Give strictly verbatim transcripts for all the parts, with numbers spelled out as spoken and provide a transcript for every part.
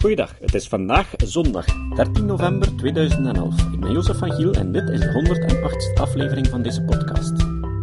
Goeiedag, het is vandaag zondag dertien november tweeduizend elf. Ik ben Jozef van Giel en dit is de honderdachtste aflevering van deze podcast.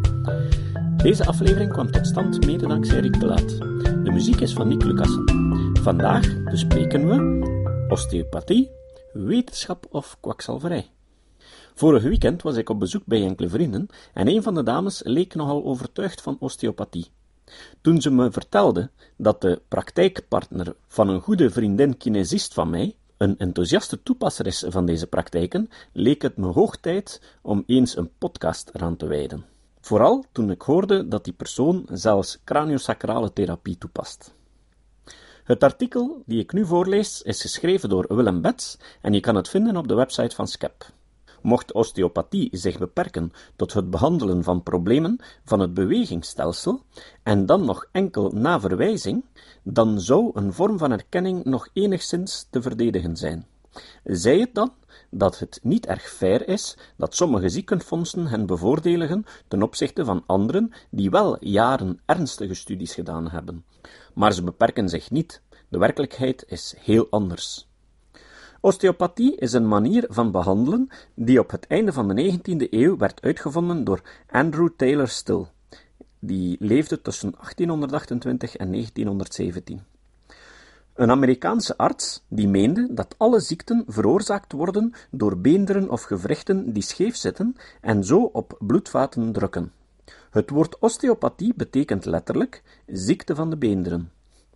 Deze aflevering kwam tot stand mede dankzij Rick de Laat. De muziek is van Nick Lucassen. Vandaag bespreken we osteopathie, wetenschap of kwakzalverij. Vorig weekend was ik op bezoek bij enkele vrienden en een van de dames leek nogal overtuigd van osteopathie. Toen ze me vertelde dat de praktijkpartner van een goede vriendin-kinesist van mij een enthousiaste toepasser is van deze praktijken, leek het me hoog tijd om eens een podcast eraan te wijden. Vooral toen ik hoorde dat die persoon zelfs craniosacrale therapie toepast. Het artikel die ik nu voorlees is geschreven door Willem Bets en je kan het vinden op de website van Skep. Mocht osteopathie zich beperken tot het behandelen van problemen van het bewegingsstelsel en dan nog enkel na verwijzing, dan zou een vorm van erkenning nog enigszins te verdedigen zijn. Zij het dan dat het niet erg fair is dat sommige ziekenfondsen hen bevoordeligen ten opzichte van anderen die wel jaren ernstige studies gedaan hebben. Maar ze beperken zich niet. De werkelijkheid is heel anders. Osteopathie is een manier van behandelen die op het einde van de negentiende eeuw werd uitgevonden door Andrew Taylor Still. Die leefde tussen achttienhonderdachtentwintig en negentienhonderdzeventien. Een Amerikaanse arts die meende dat alle ziekten veroorzaakt worden door beenderen of gewrichten die scheef zitten en zo op bloedvaten drukken. Het woord osteopathie betekent letterlijk ziekte van de beenderen.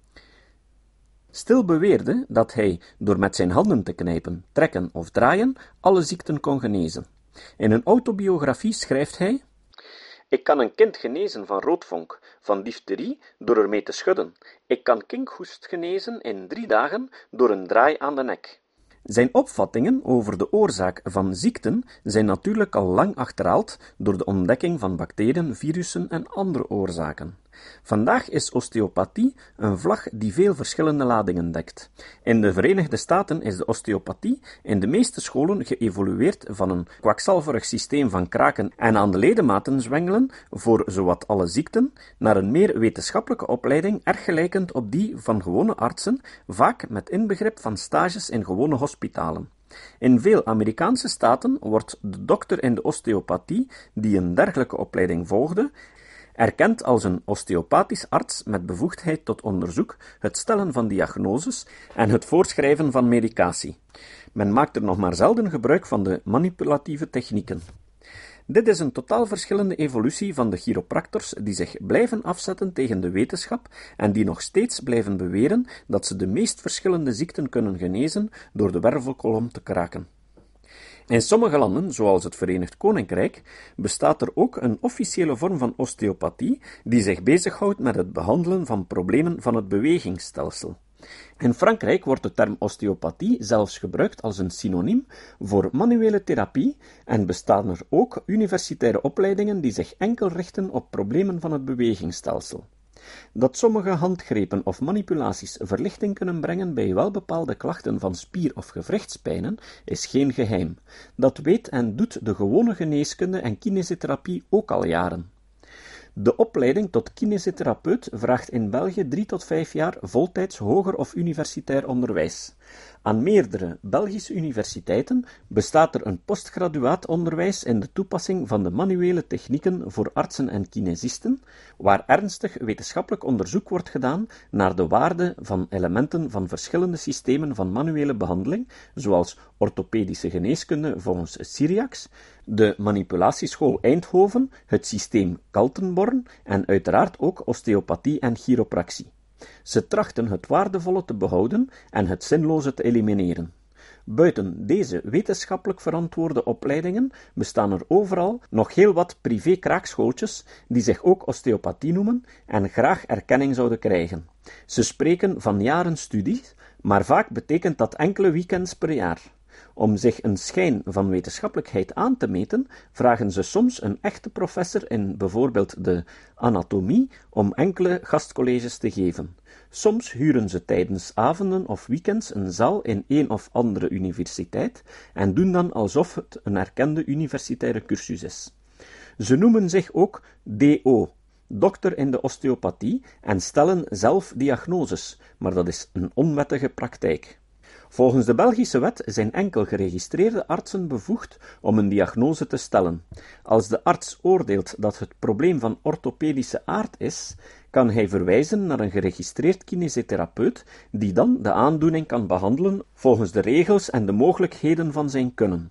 Still beweerde dat hij, door met zijn handen te knijpen, trekken of draaien, alle ziekten kon genezen. In een autobiografie schrijft hij: Ik kan een kind genezen van roodvonk, van difterie, door ermee te schudden. Ik kan kinkhoest genezen in drie dagen door een draai aan de nek. Zijn opvattingen over de oorzaak van ziekten zijn natuurlijk al lang achterhaald door de ontdekking van bacteriën, virussen en andere oorzaken. Vandaag is osteopathie een vlag die veel verschillende ladingen dekt. In de Verenigde Staten is de osteopathie in de meeste scholen geëvolueerd van een kwakzalverig systeem van kraken en aan de ledematen zwengelen voor zowat alle ziekten, naar een meer wetenschappelijke opleiding erg gelijkend op die van gewone artsen, vaak met inbegrip van stages in gewone hospitalen. In veel Amerikaanse staten wordt de dokter in de osteopathie, die een dergelijke opleiding volgde, erkend als een osteopathisch arts met bevoegdheid tot onderzoek, het stellen van diagnoses en het voorschrijven van medicatie. Men maakt er nog maar zelden gebruik van de manipulatieve technieken. Dit is een totaal verschillende evolutie van de chiropractors die zich blijven afzetten tegen de wetenschap en die nog steeds blijven beweren dat ze de meest verschillende ziekten kunnen genezen door de wervelkolom te kraken. In sommige landen, zoals het Verenigd Koninkrijk, bestaat er ook een officiële vorm van osteopathie die zich bezighoudt met het behandelen van problemen van het bewegingsstelsel. In Frankrijk wordt de term osteopathie zelfs gebruikt als een synoniem voor manuele therapie en bestaan er ook universitaire opleidingen die zich enkel richten op problemen van het bewegingsstelsel. Dat sommige handgrepen of manipulaties verlichting kunnen brengen bij welbepaalde klachten van spier- of gewrichtspijnen is geen geheim. Dat weet en doet de gewone geneeskunde en kinesiotherapie ook al jaren. De opleiding tot kinesietherapeut vraagt in België drie tot vijf jaar voltijds hoger of universitair onderwijs. Aan meerdere Belgische universiteiten bestaat er een postgraduaatonderwijs in de toepassing van de manuele technieken voor artsen en kinesisten, waar ernstig wetenschappelijk onderzoek wordt gedaan naar de waarde van elementen van verschillende systemen van manuele behandeling, zoals orthopedische geneeskunde volgens Cyriax, de manipulatieschool Eindhoven, het systeem Kaltenborn en uiteraard ook osteopathie en chiropractie. Ze trachten het waardevolle te behouden en het zinloze te elimineren. Buiten deze wetenschappelijk verantwoorde opleidingen bestaan er overal nog heel wat privé-kraakschooltjes die zich ook osteopathie noemen en graag erkenning zouden krijgen. Ze spreken van jaren studies, maar vaak betekent dat enkele weekends per jaar. Om zich een schijn van wetenschappelijkheid aan te meten, vragen ze soms een echte professor in bijvoorbeeld de anatomie om enkele gastcolleges te geven. Soms huren ze tijdens avonden of weekends een zaal in een of andere universiteit en doen dan alsof het een erkende universitaire cursus is. Ze noemen zich ook D O, dokter in de osteopathie, en stellen zelf diagnoses, maar dat is een onwettige praktijk. Volgens de Belgische wet zijn enkel geregistreerde artsen bevoegd om een diagnose te stellen. Als de arts oordeelt dat het probleem van orthopedische aard is, kan hij verwijzen naar een geregistreerd kinesitherapeut die dan de aandoening kan behandelen volgens de regels en de mogelijkheden van zijn kunnen.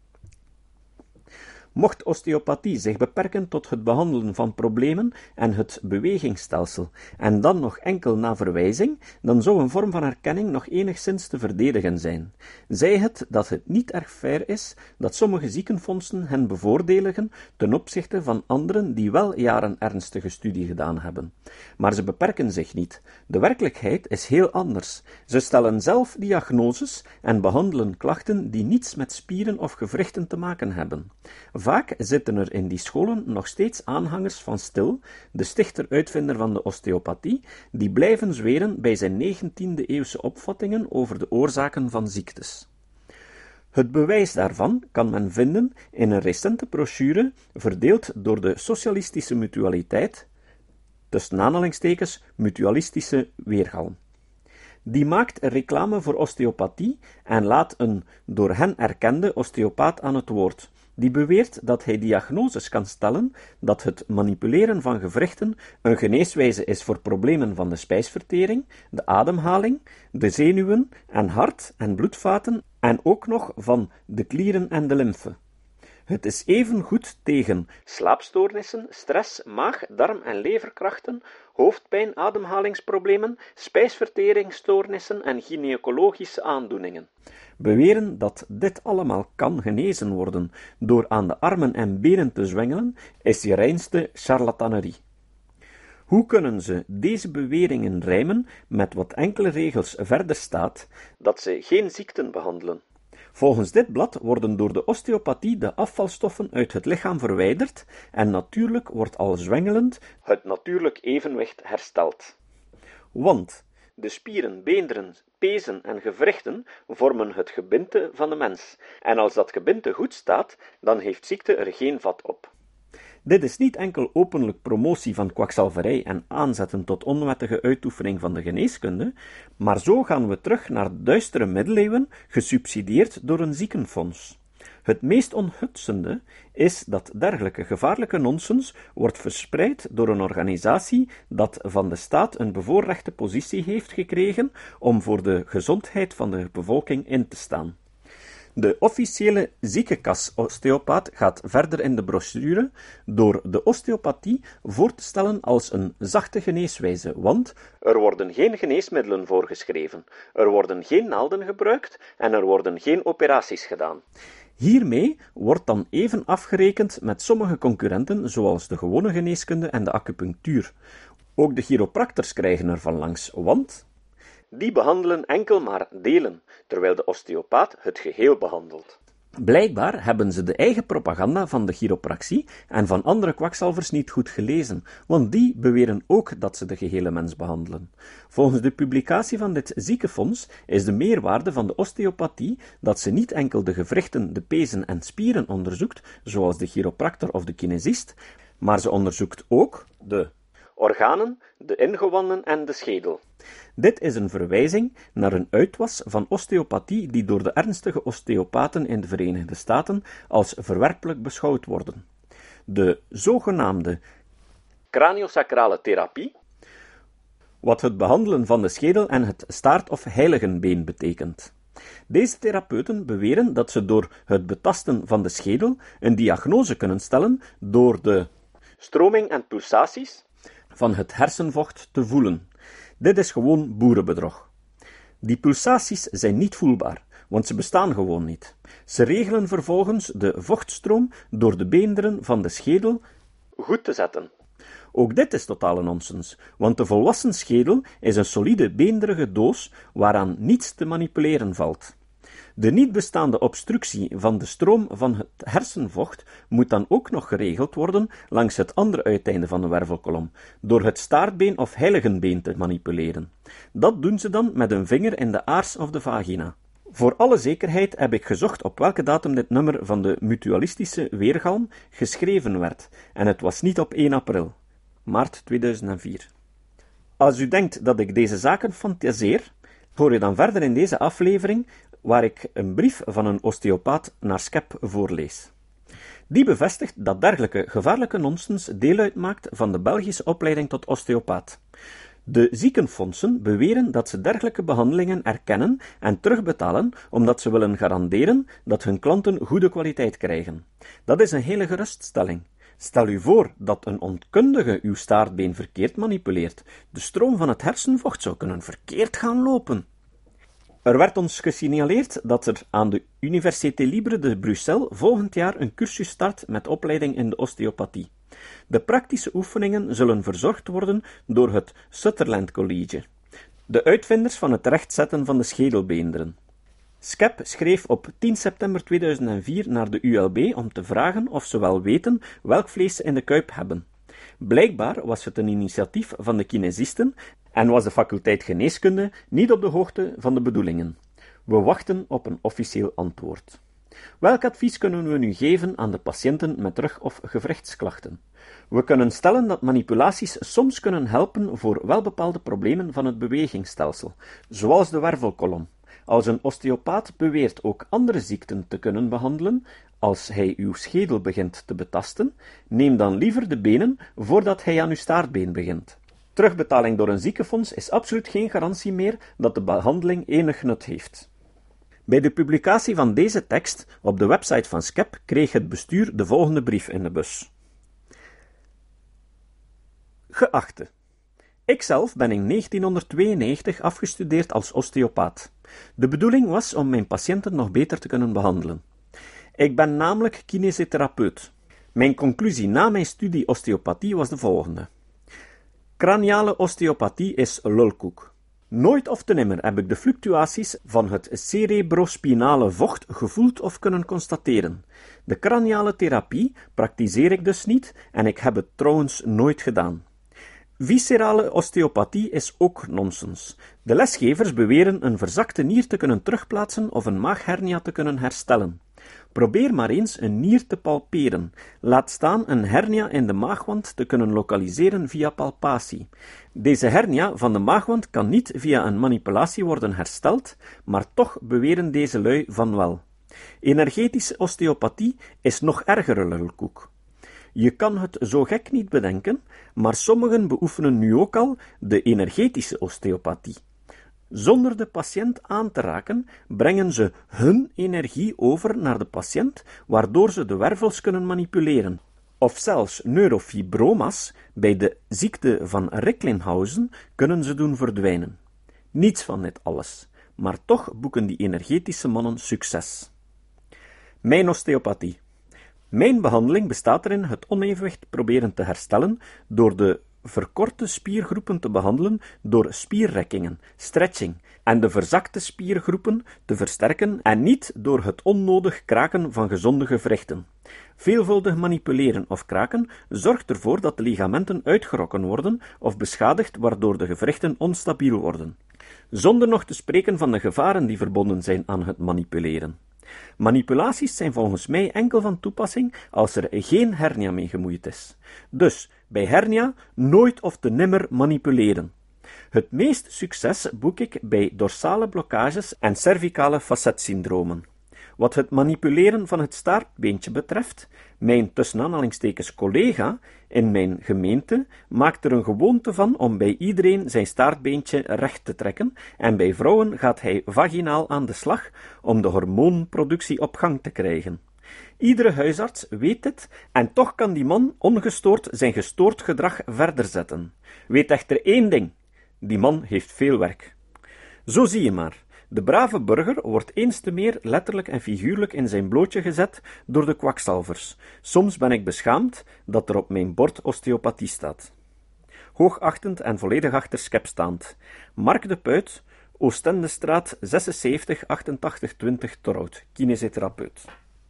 Mocht osteopathie zich beperken tot het behandelen van problemen en het bewegingsstelsel, en dan nog enkel na verwijzing, dan zou een vorm van erkenning nog enigszins te verdedigen zijn. Zij het dat het niet erg fair is dat sommige ziekenfondsen hen bevoordeligen ten opzichte van anderen die wel jaren ernstige studie gedaan hebben. Maar ze beperken zich niet. De werkelijkheid is heel anders. Ze stellen zelf diagnoses en behandelen klachten die niets met spieren of gewrichten te maken hebben. Vaak zitten er in die scholen nog steeds aanhangers van Still, de stichter-uitvinder van de osteopathie, die blijven zweren bij zijn negentiende-eeuwse opvattingen over de oorzaken van ziektes. Het bewijs daarvan kan men vinden in een recente brochure, verdeeld door de Socialistische Mutualiteit, tussen aanhalingstekens Mutualistische Weergalm. Die maakt reclame voor osteopathie en laat een door hen erkende osteopaat aan het woord. Die beweert dat hij diagnoses kan stellen dat het manipuleren van gewrichten een geneeswijze is voor problemen van de spijsvertering, de ademhaling, de zenuwen en hart- en bloedvaten en ook nog van de klieren en de lymfe. Het is even goed tegen slaapstoornissen, stress, maag-, darm- en leverkrachten, hoofdpijn, ademhalingsproblemen, spijsverteringsstoornissen en gynaecologische aandoeningen. Beweren dat dit allemaal kan genezen worden door aan de armen en benen te zwengelen, is je reinste charlatanerie. Hoe kunnen ze deze beweringen rijmen met wat enkele regels verder staat, dat ze geen ziekten behandelen? Volgens dit blad worden door de osteopathie de afvalstoffen uit het lichaam verwijderd en natuurlijk wordt al zwengelend het natuurlijk evenwicht hersteld. Want de spieren, beenderen, pezen en gewrichten vormen het gebinte van de mens, en als dat gebinte goed staat, dan heeft ziekte er geen vat op. Dit is niet enkel openlijk promotie van kwakzalverij en aanzetten tot onwettige uitoefening van de geneeskunde, maar zo gaan we terug naar de duistere middeleeuwen, gesubsidieerd door een ziekenfonds. Het meest onhutsende is dat dergelijke gevaarlijke nonsens wordt verspreid door een organisatie dat van de staat een bevoorrechte positie heeft gekregen om voor de gezondheid van de bevolking in te staan. De officiële ziekenkas-osteopaat gaat verder in de brochure door de osteopathie voor te stellen als een zachte geneeswijze, want er worden geen geneesmiddelen voorgeschreven, er worden geen naalden gebruikt en er worden geen operaties gedaan. Hiermee wordt dan even afgerekend met sommige concurrenten, zoals de gewone geneeskunde en de acupunctuur. Ook de chiropractors krijgen er van langs, want die behandelen enkel maar delen, terwijl de osteopaat het geheel behandelt. Blijkbaar hebben ze de eigen propaganda van de chiropractie en van andere kwakzalvers niet goed gelezen, want die beweren ook dat ze de gehele mens behandelen. Volgens de publicatie van dit ziekenfonds is de meerwaarde van de osteopathie dat ze niet enkel de gewrichten, de pezen en spieren onderzoekt, zoals de chiropractor of de kinesist, maar ze onderzoekt ook de organen, de ingewanden en de schedel. Dit is een verwijzing naar een uitwas van osteopathie die door de ernstige osteopaten in de Verenigde Staten als verwerpelijk beschouwd worden. De zogenaamde craniosacrale therapie, wat het behandelen van de schedel en het staart- of heiligenbeen betekent. Deze therapeuten beweren dat ze door het betasten van de schedel een diagnose kunnen stellen door de stroming en pulsaties van het hersenvocht te voelen. Dit is gewoon boerenbedrog. Die pulsaties zijn niet voelbaar, want ze bestaan gewoon niet. Ze regelen vervolgens de vochtstroom door de beenderen van de schedel goed te zetten. Ook dit is totale nonsens, want de volwassen schedel is een solide beenderige doos waaraan niets te manipuleren valt. De niet bestaande obstructie van de stroom van het hersenvocht moet dan ook nog geregeld worden langs het andere uiteinde van de wervelkolom, door het staartbeen of heiligenbeen te manipuleren. Dat doen ze dan met een vinger in de aars of de vagina. Voor alle zekerheid heb ik gezocht op welke datum dit nummer van de Mutualistische Weergalm geschreven werd, en het was niet op één april, maart tweeduizend vier. Als u denkt dat ik deze zaken fantaseer, Hoor je dan verder in deze aflevering, waar ik een brief van een osteopaat naar Skep voorlees. Die bevestigt dat dergelijke gevaarlijke nonsens deel uitmaakt van de Belgische opleiding tot osteopaat. De ziekenfondsen beweren dat ze dergelijke behandelingen erkennen en terugbetalen omdat ze willen garanderen dat hun klanten goede kwaliteit krijgen. Dat is een hele geruststelling. Stel u voor dat een onkundige uw staartbeen verkeerd manipuleert. De stroom van het hersenvocht zou kunnen verkeerd gaan lopen. Er werd ons gesignaleerd dat er aan de Université Libre de Bruxelles volgend jaar een cursus start met opleiding in de osteopathie. De praktische oefeningen zullen verzorgd worden door het Sutherland College, de uitvinders van het rechtzetten van de schedelbeenderen. Skep schreef op tien september tweeduizend vier naar de U L B om te vragen of ze wel weten welk vlees ze in de kuip hebben. Blijkbaar was het een initiatief van de kinesisten en was de faculteit geneeskunde niet op de hoogte van de bedoelingen. We wachten op een officieel antwoord. Welk advies kunnen we nu geven aan de patiënten met rug- of gewrichtsklachten? We kunnen stellen dat manipulaties soms kunnen helpen voor welbepaalde problemen van het bewegingsstelsel, zoals de wervelkolom. Als een osteopaat beweert ook andere ziekten te kunnen behandelen, als hij uw schedel begint te betasten, neem dan liever de benen voordat hij aan uw staartbeen begint. Terugbetaling door een ziekenfonds is absoluut geen garantie meer dat de behandeling enig nut heeft. Bij de publicatie van deze tekst op de website van Skep kreeg het bestuur de volgende brief in de bus. Geachte, ikzelf ben in negentienhonderdtweeënnegentig afgestudeerd als osteopaat. De bedoeling was om mijn patiënten nog beter te kunnen behandelen. Ik ben namelijk kinesitherapeut. Mijn conclusie na mijn studie osteopathie was de volgende. Craniale osteopathie is lulkoek. Nooit of te nimmer heb ik de fluctuaties van het cerebrospinale vocht gevoeld of kunnen constateren. De craniale therapie praktiseer ik dus niet en ik heb het trouwens nooit gedaan. Viscerale osteopathie is ook nonsens. De lesgevers beweren een verzakte nier te kunnen terugplaatsen of een maaghernia te kunnen herstellen. Probeer maar eens een nier te palperen. Laat staan een hernia in de maagwand te kunnen lokaliseren via palpatie. Deze hernia van de maagwand kan niet via een manipulatie worden hersteld, maar toch beweren deze lui van wel. Energetische osteopathie is nog ergere lulkoek. Je kan het zo gek niet bedenken, maar sommigen beoefenen nu ook al de energetische osteopathie. Zonder de patiënt aan te raken, brengen ze hun energie over naar de patiënt, waardoor ze de wervels kunnen manipuleren. Of zelfs neurofibroma's bij de ziekte van Recklinghausen kunnen ze doen verdwijnen. Niets van dit alles, maar toch boeken die energetische mannen succes. Mijn osteopathie. Mijn behandeling bestaat erin het onevenwicht proberen te herstellen door de verkorte spiergroepen te behandelen door spierrekkingen, stretching, en de verzakte spiergroepen te versterken en niet door het onnodig kraken van gezonde gewrichten. Veelvuldig manipuleren of kraken zorgt ervoor dat de ligamenten uitgerokken worden of beschadigd, waardoor de gewrichten onstabiel worden. Zonder nog te spreken van de gevaren die verbonden zijn aan het manipuleren. Manipulaties zijn volgens mij enkel van toepassing als er geen hernia mee gemoeid is. Dus, bij hernia, nooit of te nimmer manipuleren. Het meest succes boek ik bij dorsale blokkages en cervicale facetsyndromen. Wat het manipuleren van het staartbeentje betreft, mijn tussen aanhalingstekens collega in mijn gemeente maakt er een gewoonte van om bij iedereen zijn staartbeentje recht te trekken en bij vrouwen gaat hij vaginaal aan de slag om de hormoonproductie op gang te krijgen. Iedere huisarts weet dit en toch kan die man ongestoord zijn gestoord gedrag verder zetten. Weet echter één ding, die man heeft veel werk. Zo zie je maar. De brave burger wordt eens te meer letterlijk en figuurlijk in zijn blootje gezet door de kwakzalvers. Soms ben ik beschaamd dat er op mijn bord osteopathie staat. Hoogachtend en volledig achter Skep staand. Mark de Puit, Oostendestraat zesenzeventig achtentachtig twintig Torhout, kinesitherapeut.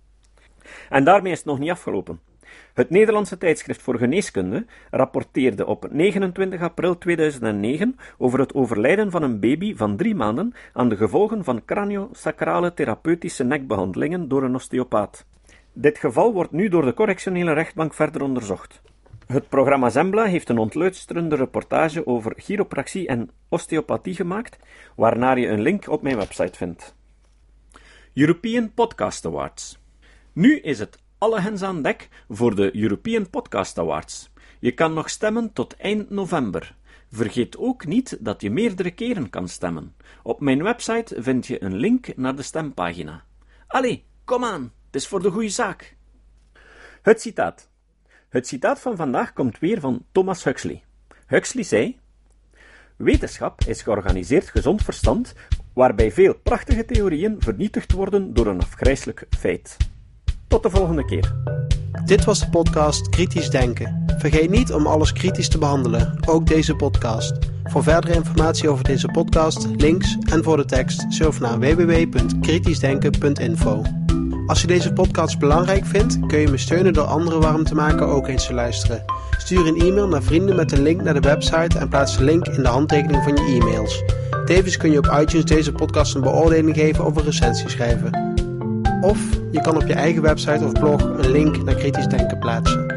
En daarmee is het nog niet afgelopen. Het Nederlandse tijdschrift voor geneeskunde rapporteerde op negenentwintig april tweeduizend negen over het overlijden van een baby van drie maanden aan de gevolgen van craniosacrale therapeutische nekbehandelingen door een osteopaat. Dit geval wordt nu door de correctionele rechtbank verder onderzocht. Het programma Zembla heeft een ontluisterende reportage over chiropractie en osteopathie gemaakt, waarnaar je een link op mijn website vindt. European Podcast Awards. Nu is het alle hens aan dek voor de European Podcast Awards. Je kan nog stemmen tot eind november. Vergeet ook niet dat je meerdere keren kan stemmen. Op mijn website vind je een link naar de stempagina. Allee, kom aan, het is voor de goede zaak. Het citaat. Het citaat van vandaag komt weer van Thomas Huxley. Huxley zei: wetenschap is georganiseerd gezond verstand, waarbij veel prachtige theorieën vernietigd worden door een afgrijselijk feit. Tot de volgende keer. Dit was de podcast Kritisch Denken. Vergeet niet om alles kritisch te behandelen, ook deze podcast. Voor verdere informatie over deze podcast, links en voor de tekst, surf naar w w w punt kritisch denken punt info. Als je deze podcast belangrijk vindt, kun je me steunen door anderen warm te maken ook eens te luisteren. Stuur een e-mail naar vrienden met een link naar de website en plaats de link in de handtekening van je e-mails. Tevens kun je op iTunes deze podcast een beoordeling geven of een recensie schrijven. Of je kan op je eigen website of blog een link naar Kritisch Denken plaatsen.